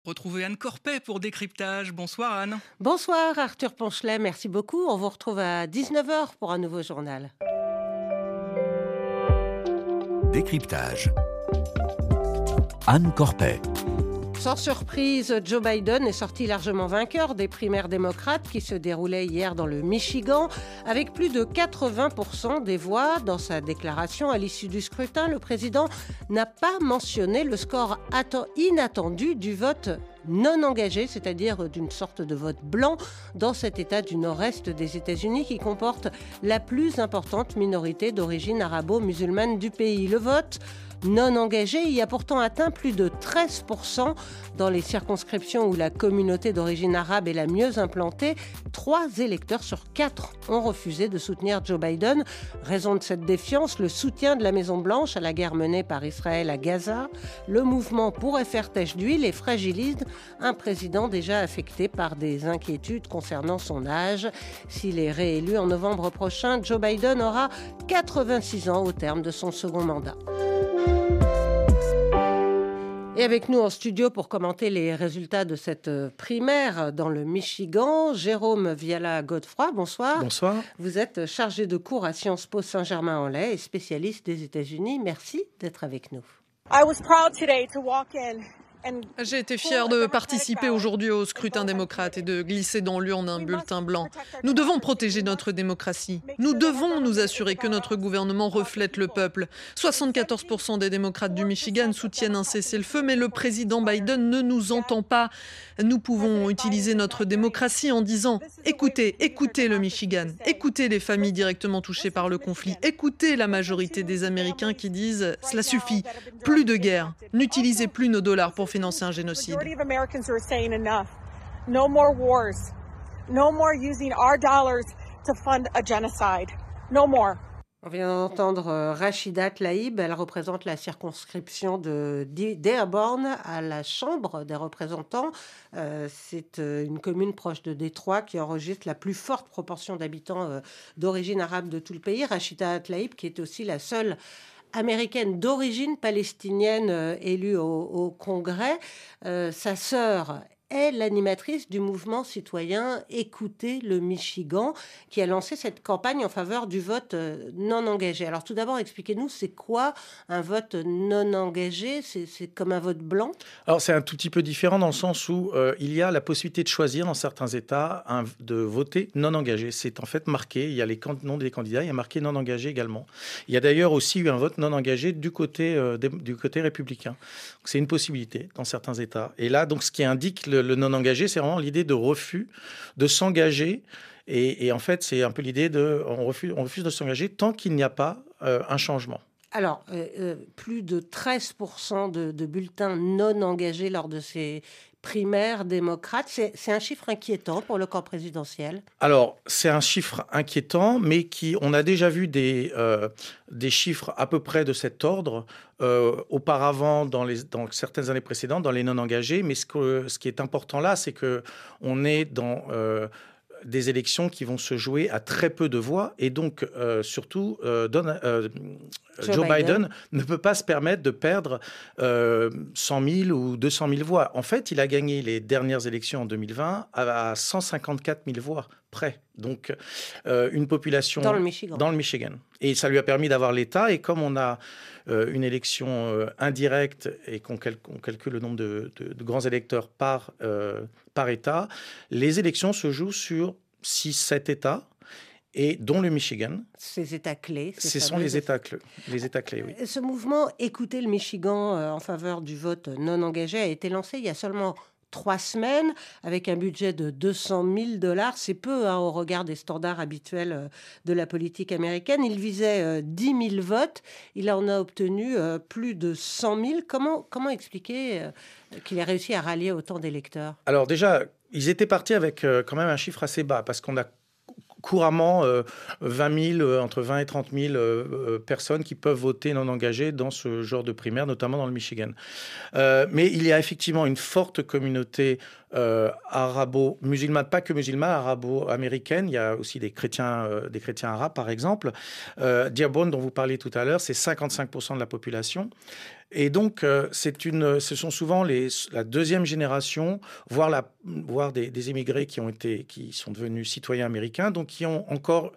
Retrouvez Anne Corpet pour Décryptage. Bonsoir Anne. Bonsoir Arthur Ponchelet, merci beaucoup. On vous retrouve à 19h pour un nouveau journal. Décryptage. Anne Corpet. Sans surprise, Joe Biden est sorti largement vainqueur des primaires démocrates qui se déroulaient hier dans le Michigan, avec plus de 80% des voix. Dans sa déclaration à l'issue du scrutin, le président n'a pas mentionné le score inattendu du vote non engagé, c'est-à-dire d'une sorte de vote blanc dans cet État du nord-est des États-Unis qui comporte la plus importante minorité d'origine arabo-musulmane du pays. Le vote non engagé y a pourtant atteint plus de 13% dans les circonscriptions où la communauté d'origine arabe est la mieux implantée. 3 électeurs sur 4 ont refusé de soutenir Joe Biden. Raison de cette défiance, le soutien de la Maison-Blanche à la guerre menée par Israël à Gaza. Le mouvement pourrait faire tache d'huile et fragilise un président déjà affecté par des inquiétudes concernant son âge. S'il est réélu en novembre prochain, Joe Biden aura 86 ans au terme de son second mandat. Et avec nous en studio pour commenter les résultats de cette primaire dans le Michigan, Jérôme Viala-Godefroy, bonsoir. Bonsoir. Vous êtes chargé de cours à Sciences Po Saint-Germain-en-Laye et spécialiste des États-Unis. Merci d'être avec nous. J'ai été fière de participer aujourd'hui au scrutin démocrate et de glisser dans l'urne un bulletin blanc. Nous devons protéger notre démocratie. Nous devons nous assurer que notre gouvernement reflète le peuple. 74% des démocrates du Michigan soutiennent un cessez-le-feu, mais le président Biden ne nous entend pas. Nous pouvons utiliser notre démocratie en disant « Écoutez le Michigan, écoutez les familles directement touchées par le conflit, écoutez la majorité des Américains qui disent « Cela suffit, plus de guerre, n'utilisez plus nos dollars pour financer un génocide. » On vient d'entendre Rachida Tlaib, elle représente la circonscription de Dearborn à la Chambre des représentants. C'est une commune proche de Détroit qui enregistre la plus forte proportion d'habitants d'origine arabe de tout le pays. Rachida Tlaib qui est aussi la seule américaine d'origine palestinienne élue au Congrès. Sa sœur est l'animatrice du mouvement citoyen Écoutez le Michigan, qui a lancé cette campagne en faveur du vote non engagé. Alors tout d'abord, expliquez-nous, c'est quoi un vote non engagé ? C'est comme un vote blanc ? Alors c'est un tout petit peu différent dans le sens où il y a la possibilité de choisir dans certains États de voter non engagé. C'est en fait marqué, il y a les noms des candidats, il y a marqué non engagé également. Il y a d'ailleurs aussi eu un vote non engagé du côté républicain. Donc, c'est une possibilité dans certains États. Et là, donc, ce qui indique le non engagé, c'est vraiment l'idée de refus de s'engager. Et en fait, c'est un peu l'idée on refuse de s'engager tant qu'il n'y a pas un changement. Alors, plus de 13% de bulletins non engagés lors de ces primaires démocrates, c'est un chiffre inquiétant pour le camp présidentiel. Alors, c'est un chiffre inquiétant, mais on a déjà vu des chiffres à peu près de cet ordre auparavant dans certaines années précédentes, dans les non-engagés. Mais ce qui est important là, c'est qu'on est dans des élections qui vont se jouer à très peu de voix. Et donc, surtout, Joe Biden ne peut pas se permettre de perdre 100 000 ou 200 000 voix. En fait, il a gagné les dernières élections en 2020 à 154 000 voix près. Donc, une population... Dans le Michigan. Et ça lui a permis d'avoir l'État. Et comme on a une élection indirecte et qu'on calcule le nombre de grands électeurs par État, les élections se jouent sur 6-7 États, et dont le Michigan. Ces États clés. Ce sont les États clés, oui. Ce mouvement « Écoutez le Michigan » en faveur du vote non engagé a été lancé il y a seulement 3 semaines, avec un budget de 200 000 $. C'est peu au regard des standards habituels de la politique américaine. Il visait 10 000 votes. Il en a obtenu plus de 100 000. Comment expliquer qu'il ait réussi à rallier autant d'électeurs ? Alors déjà, ils étaient partis avec quand même un chiffre assez bas, parce qu'on a couramment 20 000, entre 20 et 30 000 personnes qui peuvent voter non engagées dans ce genre de primaire, notamment dans le Michigan. Mais il y a effectivement une forte communauté arabo-musulmane, pas que musulmane, arabo-américaine. Il y a aussi des chrétiens arabes, par exemple. Dearborn, dont vous parliez tout à l'heure, c'est 55% de la population. Et donc, ce sont souvent la deuxième génération, voire des émigrés qui sont devenus citoyens américains, donc qui ont encore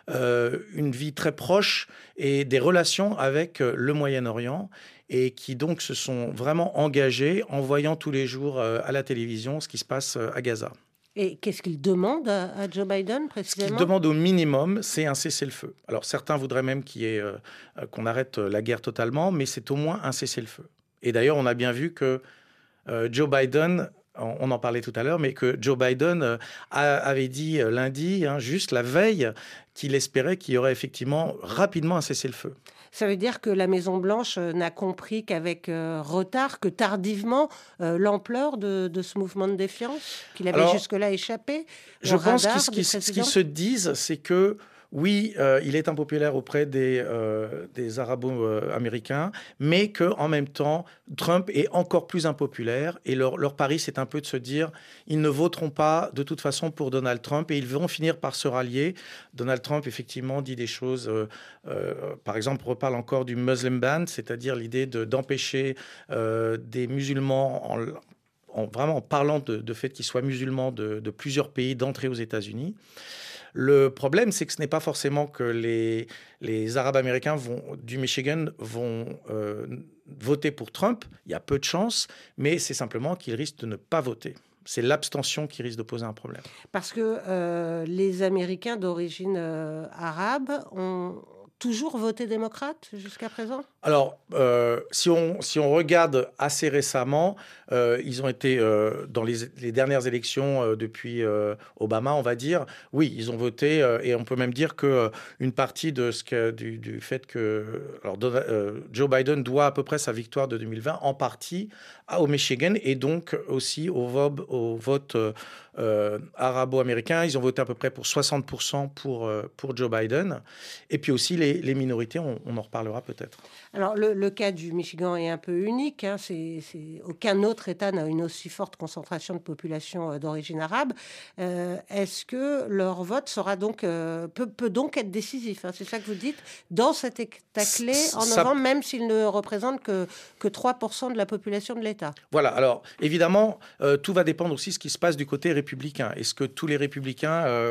une vie très proche et des relations avec le Moyen-Orient, et qui donc se sont vraiment engagés en voyant tous les jours à la télévision ce qui se passe à Gaza. Et qu'est-ce qu'il demande à Joe Biden, précisément ? Ce qu'il demande au minimum, c'est un cessez-le-feu. Alors certains voudraient même qu'on arrête la guerre totalement, mais c'est au moins un cessez-le-feu. Et d'ailleurs, on a bien vu que Joe Biden, on en parlait tout à l'heure, mais que Joe Biden avait dit lundi, juste la veille, qu'il espérait qu'il y aurait effectivement rapidement un cessez-le-feu. Ça veut dire que la Maison-Blanche n'a compris qu'avec retard, que tardivement, l'ampleur de ce mouvement de défiance, qu'il avait jusque-là échappé. Je pense que ce qu'ils se disent, c'est que oui, il est impopulaire auprès des Arabo-américains, mais qu'en même temps, Trump est encore plus impopulaire. Et leur pari, c'est un peu de se dire, ils ne voteront pas de toute façon pour Donald Trump et ils vont finir par se rallier. Donald Trump, effectivement, dit des choses, par exemple, reparle encore du Muslim ban, c'est-à-dire l'idée d'empêcher des musulmans, vraiment en parlant de fait qu'ils soient musulmans de plusieurs pays, d'entrer aux États-Unis. Le problème, c'est que ce n'est pas forcément que les Arabes américains du Michigan vont voter pour Trump. Il y a peu de chances, mais c'est simplement qu'ils risquent de ne pas voter. C'est l'abstention qui risque de poser un problème. Parce que les Américains d'origine arabe ont toujours voté démocrate jusqu'à présent ? Alors, si on regarde assez récemment, ils ont été dans les dernières élections depuis Obama, on va dire. Oui, ils ont voté et on peut même dire qu'une partie du fait que Joe Biden doit à peu près sa victoire de 2020 en partie au Michigan et donc aussi au vote arabo-américain. Ils ont voté à peu près pour 60% pour Joe Biden. Et puis aussi les minorités, on en reparlera peut-être. Alors, le cas du Michigan est un peu unique. Aucun autre État n'a une aussi forte concentration de population d'origine arabe. Est-ce que leur vote peut donc être décisif ? C'est ça que vous dites ? Dans cet État clé, en novembre, même s'il ne représente que 3% de la population de l'État. Voilà. Alors, évidemment, tout va dépendre aussi de ce qui se passe du côté républicain. Est-ce que tous les républicains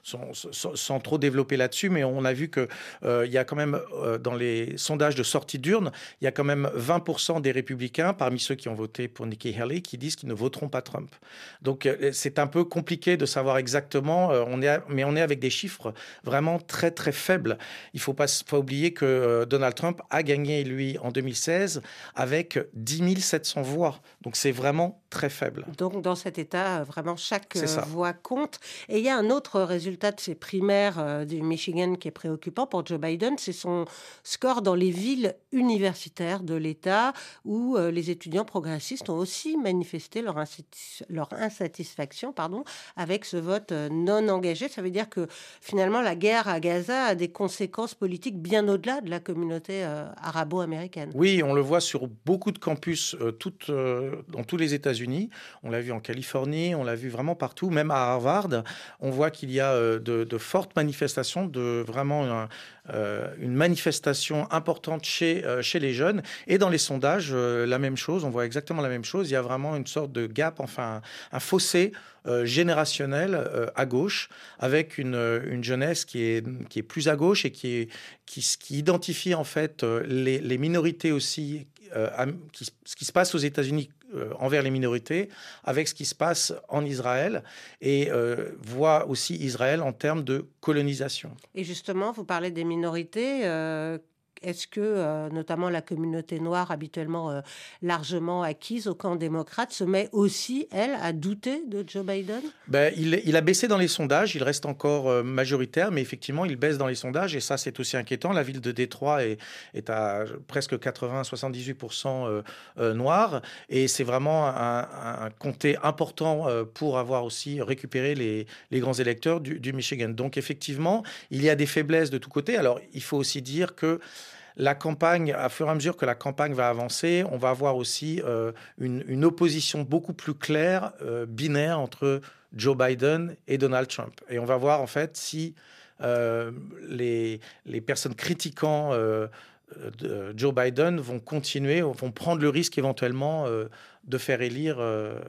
sont trop développés là-dessus ? Mais on a vu qu'il y a quand même, dans les sondages de sortie d'urne, il y a quand même 20% des républicains, parmi ceux qui ont voté pour Nikki Haley, qui disent qu'ils ne voteront pas Trump. Donc, c'est un peu compliqué de savoir exactement, mais on est avec des chiffres vraiment très, très faibles. Il ne faut pas oublier que Donald Trump a gagné, lui, en 2016, avec 10 700 voix. Donc, c'est vraiment très faible. Donc, dans cet État, vraiment, chaque voix compte. Et il y a un autre résultat de ces primaires du Michigan qui est préoccupant pour Joe Biden, c'est son score dans les villes universitaires de l'État où les étudiants progressistes ont aussi manifesté leur insatisfaction avec ce vote non engagé. Ça veut dire que finalement la guerre à Gaza a des conséquences politiques bien au-delà de la communauté arabo-américaine. Oui, on le voit sur beaucoup de campus dans tous les États-Unis. On l'a vu en Californie, on l'a vu vraiment partout, même à Harvard. On voit qu'il y a de fortes manifestations, vraiment une manifestation importante chez les jeunes. Et dans les sondages, la même chose, on voit exactement la même chose. Il y a vraiment une sorte de gap, enfin un fossé générationnel à gauche, avec une jeunesse qui est plus à gauche et qui identifie en fait les minorités aussi, ce qui se passe aux États-Unis envers les minorités, avec ce qui se passe en Israël, et voit aussi Israël en termes de colonisation. Et justement, vous parlez des minorités. Est-ce que, notamment la communauté noire, habituellement largement acquise au camp démocrate, se met aussi, elle, à douter de Joe Biden ? Il a baissé dans les sondages, il reste encore majoritaire, mais effectivement, il baisse dans les sondages, et ça, c'est aussi inquiétant. La ville de Détroit est à presque 80-78% noire, et c'est vraiment un comté important pour avoir aussi récupéré les grands électeurs du Michigan. Donc, effectivement, il y a des faiblesses de tous côtés. Alors, il faut aussi dire que la campagne, à fur et à mesure que la campagne va avancer, on va avoir aussi une opposition beaucoup plus claire, binaire, entre Joe Biden et Donald Trump. Et on va voir en fait si les personnes critiquant Joe Biden vont prendre le risque éventuellement de faire élire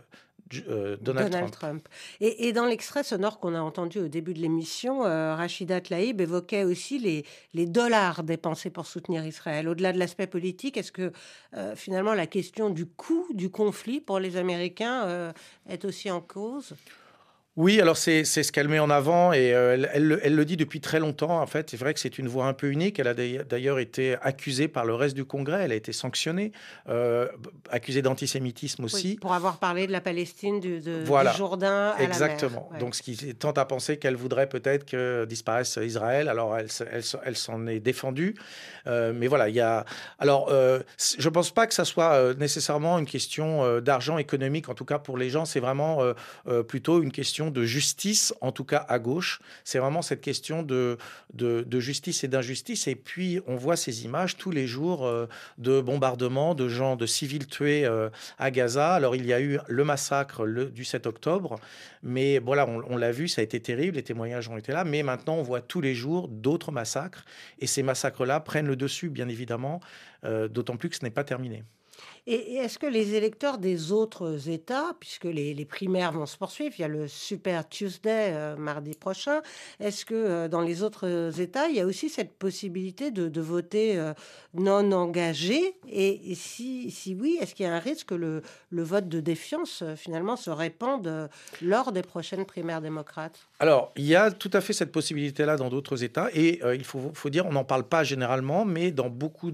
Donald Trump. Et dans l'extrait sonore qu'on a entendu au début de l'émission, Rachida Tlaib évoquait aussi les dollars dépensés pour soutenir Israël. Au-delà de l'aspect politique, est-ce que finalement la question du coût du conflit pour les Américains est aussi en cause ? Oui, alors c'est ce qu'elle met en avant et elle le dit depuis très longtemps. En fait, c'est vrai que c'est une voix un peu unique. Elle a d'ailleurs été accusée par le reste du Congrès. Elle a été sanctionnée, accusée d'antisémitisme aussi. Oui, pour avoir parlé de la Palestine, du Jourdain à exactement. la mer. Ouais. Donc, ce qui tente à penser qu'elle voudrait peut-être que disparaisse Israël. Alors, elle s'en est défendue. Mais voilà, il y a... Alors, je ne pense pas que ça soit nécessairement une question d'argent économique. En tout cas, pour les gens, c'est vraiment plutôt une question de justice, en tout cas à gauche. C'est vraiment cette question de justice et d'injustice. Et puis, on voit ces images tous les jours de bombardements, de civils tués à Gaza. Alors, il y a eu le massacre du 7 octobre, mais voilà, on l'a vu, ça a été terrible, les témoignages ont été là, mais maintenant, on voit tous les jours d'autres massacres, et ces massacres-là prennent le dessus, bien évidemment, d'autant plus que ce n'est pas terminé. Et est-ce que les électeurs des autres États, puisque les primaires vont se poursuivre, il y a le Super Tuesday mardi prochain, est-ce que dans les autres États, il y a aussi cette possibilité de voter non engagé ? Et si oui, est-ce qu'il y a un risque que le vote de défiance, finalement, se répande lors des prochaines primaires démocrates ? Alors, il y a tout à fait cette possibilité-là dans d'autres États. Et il faut dire, on n'en parle pas généralement, mais dans beaucoup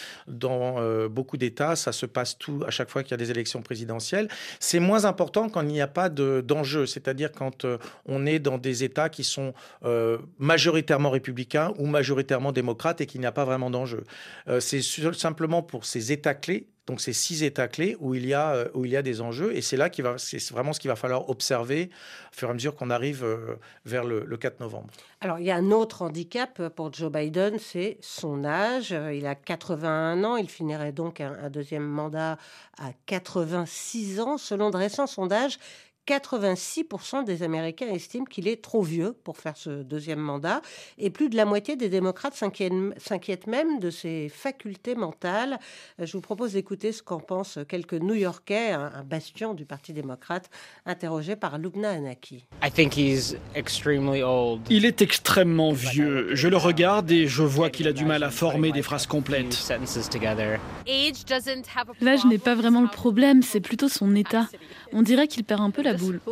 d'États, ça se passe tout à chaque fois qu'il y a des élections présidentielles. C'est moins important quand il n'y a pas d'enjeu, c'est-à-dire quand on est dans des États qui sont majoritairement républicains ou majoritairement démocrates et qu'il n'y a pas vraiment d'enjeu. C'est simplement pour ces États clés. Donc, c'est 6 États clés où il y a des enjeux. Et c'est vraiment ce qu'il va falloir observer au fur et à mesure qu'on arrive vers le 4 novembre. Alors, il y a un autre handicap pour Joe Biden, c'est son âge. Il a 81 ans. Il finirait donc un deuxième mandat à 86 ans. Selon de récents sondages, 86% des Américains estiment qu'il est trop vieux pour faire ce deuxième mandat. Et plus de la moitié des démocrates s'inquiètent même de ses facultés mentales. Je vous propose d'écouter ce qu'en pensent quelques New-Yorkais, un bastion du Parti démocrate, interrogé par Lubna Anaki. Il est extrêmement vieux. Je le regarde et je vois qu'il a du mal à former des phrases complètes. L'âge n'est pas vraiment le problème, c'est plutôt son état. On dirait qu'il perd un peu la boule.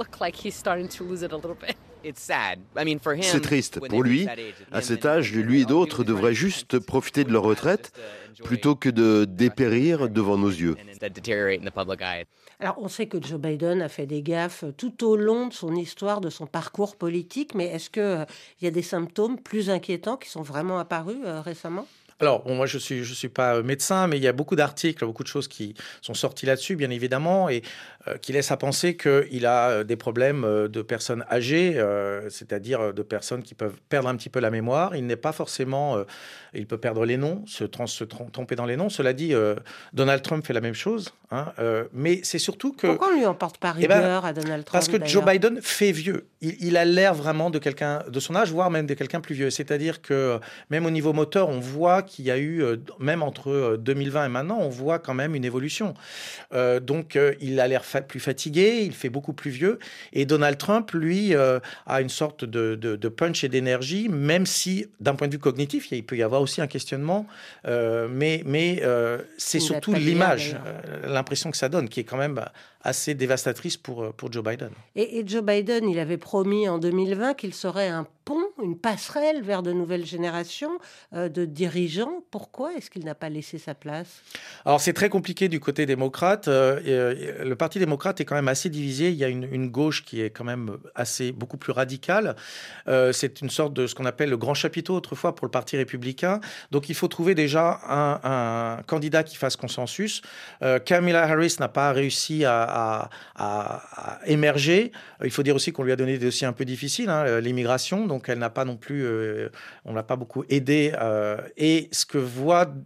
C'est triste. Pour lui, à cet âge, lui et d'autres devraient juste profiter de leur retraite plutôt que de dépérir devant nos yeux. Alors, on sait que Joe Biden a fait des gaffes tout au long de son histoire, de son parcours politique, mais est-ce qu'il y a des symptômes plus inquiétants qui sont vraiment apparus récemment ? Alors, moi, je suis pas médecin, mais il y a beaucoup d'articles, beaucoup de choses qui sont sorties là-dessus, bien évidemment, et qui laissent à penser qu'il a des problèmes de personnes âgées, c'est-à-dire de personnes qui peuvent perdre un petit peu la mémoire. Il n'est pas forcément... il peut perdre les noms, se tromper dans les noms. Cela dit, Donald Trump fait la même chose. Mais c'est surtout que... Pourquoi on ne lui en porte pas rigueur à Donald Trump ? Parce que Joe Biden fait vieux. Il a l'air vraiment de quelqu'un de son âge, voire même de quelqu'un plus vieux. C'est-à-dire que même au niveau moteur, on voit qu'il y a eu, même entre 2020 et maintenant, on voit quand même une évolution. Donc, il a l'air plus fatigué, il fait beaucoup plus vieux. Et Donald Trump, lui, a une sorte de punch et d'énergie, même si, d'un point de vue cognitif, il peut y avoir aussi un questionnement. Mais c'est surtout l'image, l'impression que ça donne, qui est quand même assez dévastatrice pour Joe Biden. Et Joe Biden, il avait promis en 2020 qu'il serait un pont, une passerelle vers de nouvelles générations de dirigeants. Pourquoi est-ce qu'il n'a pas laissé sa place ? Alors, c'est très compliqué du côté démocrate. Le Parti démocrate est quand même assez divisé. Il y a une gauche qui est quand même beaucoup plus radicale. C'est une sorte de ce qu'on appelle le grand chapiteau autrefois pour le Parti républicain. Donc, il faut trouver déjà un candidat qui fasse consensus. Kamala Harris n'a pas réussi à émerger. Il faut dire aussi qu'on lui a donné des dossiers un peu difficiles, l'immigration, donc elle n'a pas non plus, on l'a pas beaucoup aidé. Et ce que voit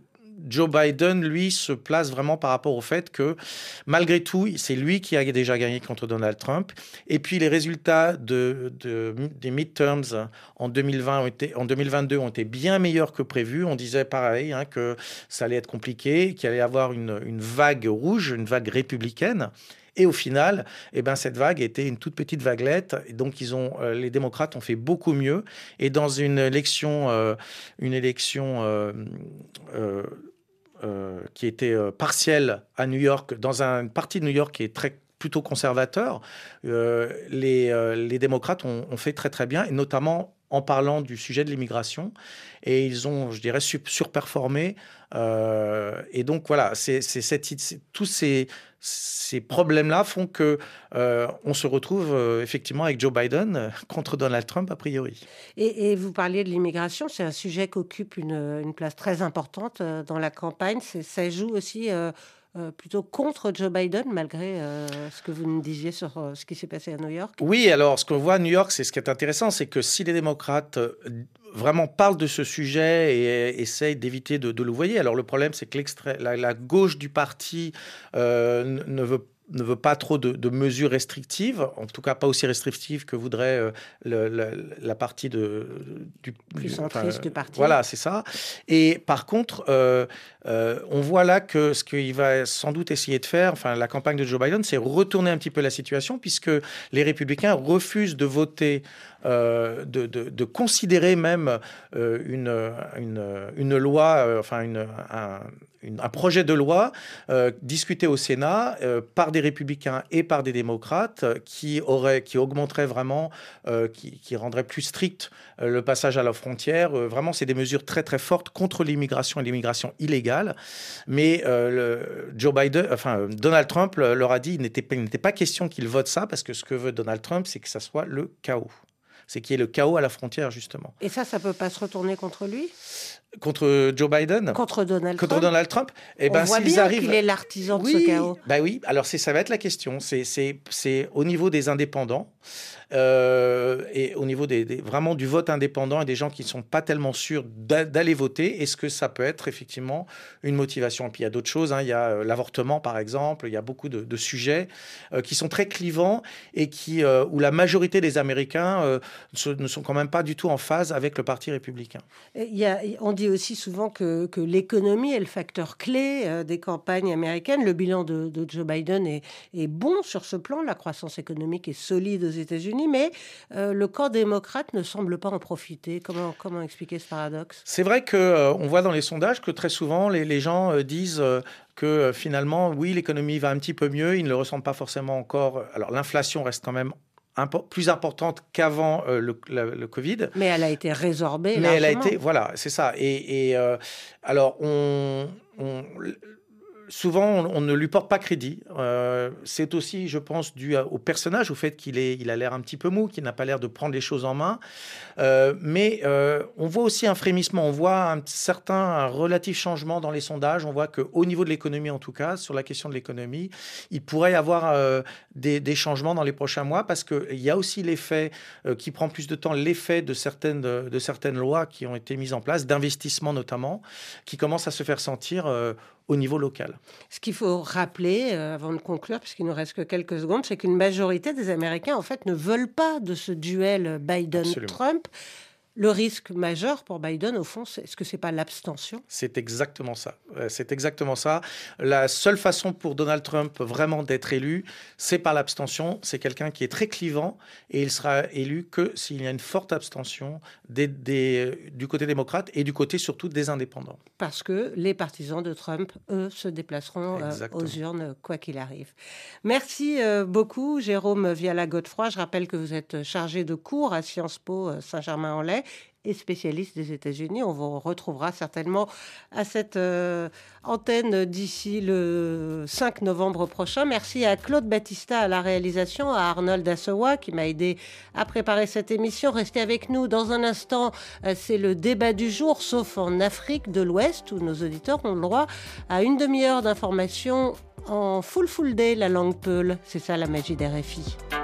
Joe Biden, lui, se place vraiment par rapport au fait que, malgré tout, c'est lui qui a déjà gagné contre Donald Trump. Et puis, les résultats des midterms en 2022 ont été bien meilleurs que prévu. On disait pareil, que ça allait être compliqué, qu'il allait y avoir une vague rouge, une vague républicaine. Et au final, cette vague était une toute petite vaguelette. Et donc, les démocrates ont fait beaucoup mieux. Et dans une élection qui était partielle à New York, dans une partie de New York qui est plutôt conservateur, les démocrates ont fait très très bien, et notamment en parlant du sujet de l'immigration. Et ils ont, je dirais, surperformé. Et donc, voilà, tous ces problèmes-là font qu'on se retrouve effectivement avec Joe Biden contre Donald Trump, a priori. Et vous parliez de l'immigration, c'est un sujet qui occupe une place très importante dans la campagne. Ça joue aussi plutôt contre Joe Biden, malgré ce que vous nous disiez sur ce qui s'est passé à New York. Oui, alors ce qu'on voit à New York, ce qui est intéressant, c'est que si les démocrates vraiment parlent de ce sujet et essayent d'éviter de le voyer, alors le problème, c'est que la gauche du parti ne veut pas trop de mesures restrictives, en tout cas pas aussi restrictives que voudrait la partie plus centriste du parti. Voilà, c'est ça. Et par contre, on voit là que ce qu'il va sans doute essayer de faire, la campagne de Joe Biden, c'est retourner un petit peu la situation, puisque les républicains refusent de voter, de considérer même une loi, un projet de loi discuté au Sénat par des républicains et par des démocrates qui augmenterait vraiment, qui rendrait plus strict le passage à la frontière. Vraiment, c'est des mesures très très fortes contre l'immigration et l'immigration illégale. Mais Donald Trump leur a dit qu'il n'était pas question qu'il vote ça, parce que ce que veut Donald Trump, c'est que ça soit le chaos. C'est qu'il y ait le chaos à la frontière, justement. Et ça peut pas se retourner contre lui ? Contre Joe Biden ? Contre Donald Trump. On voit bien qu'il est l'artisan de ce chaos. Oui, alors ça va être la question. C'est au niveau des indépendants et au niveau vraiment du vote indépendant et des gens qui ne sont pas tellement sûrs d'aller voter. Est-ce que ça peut être effectivement une motivation ? Et puis il y a d'autres choses. Il y a l'avortement, par exemple. Il y a beaucoup de sujets qui sont très clivants et où la majorité des Américains ne sont quand même pas du tout en phase avec le Parti républicain. On dit aussi souvent que l'économie est le facteur clé des campagnes américaines. Le bilan de Joe Biden est bon sur ce plan. La croissance économique est solide aux États-Unis, mais le camp démocrate ne semble pas en profiter. Comment expliquer ce paradoxe ? C'est vrai qu'on voit dans les sondages que très souvent, les gens disent que finalement, oui, l'économie va un petit peu mieux. Ils ne le ressentent pas forcément encore. Alors, l'inflation reste quand même plus importante qu'avant le Covid. Mais elle a été résorbée largement. Mais elle a été, voilà, c'est ça. Et alors, souvent, on ne lui porte pas crédit. C'est aussi, je pense, dû au personnage, au fait qu'il a l'air un petit peu mou, qu'il n'a pas l'air de prendre les choses en main. Mais on voit aussi un frémissement. On voit un relatif changement dans les sondages. On voit qu'au niveau de l'économie, en tout cas, sur la question de l'économie, il pourrait y avoir des changements dans les prochains mois, parce qu'il y a aussi l'effet qui prend plus de temps, l'effet de certaines lois qui ont été mises en place, d'investissement notamment, qui commencent à se faire sentir au niveau local. Ce qu'il faut rappeler, avant de conclure, puisqu'il nous reste que quelques secondes, c'est qu'une majorité des Américains, en fait, ne veulent pas de ce duel Biden-Trump. Le risque majeur pour Biden, au fond, est-ce que c'est pas l'abstention ? C'est exactement ça. C'est exactement ça. La seule façon pour Donald Trump vraiment d'être élu, c'est par l'abstention. C'est quelqu'un qui est très clivant, et il sera élu que s'il y a une forte abstention du côté démocrate et du côté surtout des indépendants. Parce que les partisans de Trump, eux, se déplaceront aux urnes quoi qu'il arrive. Merci beaucoup, Jérôme Viala-Godefroy. Je rappelle que vous êtes chargé de cours à Sciences Po Saint-Germain-en-Laye et spécialiste des États-Unis. On vous retrouvera certainement à cette antenne d'ici le 5 novembre prochain. Merci à Claude Battista à la réalisation, à Arnold Assewa qui m'a aidé à préparer cette émission. Restez avec nous dans un instant. C'est le débat du jour, sauf en Afrique de l'Ouest, où nos auditeurs ont le droit à une demi-heure d'information en full day, la langue peul. C'est ça la magie des RFI.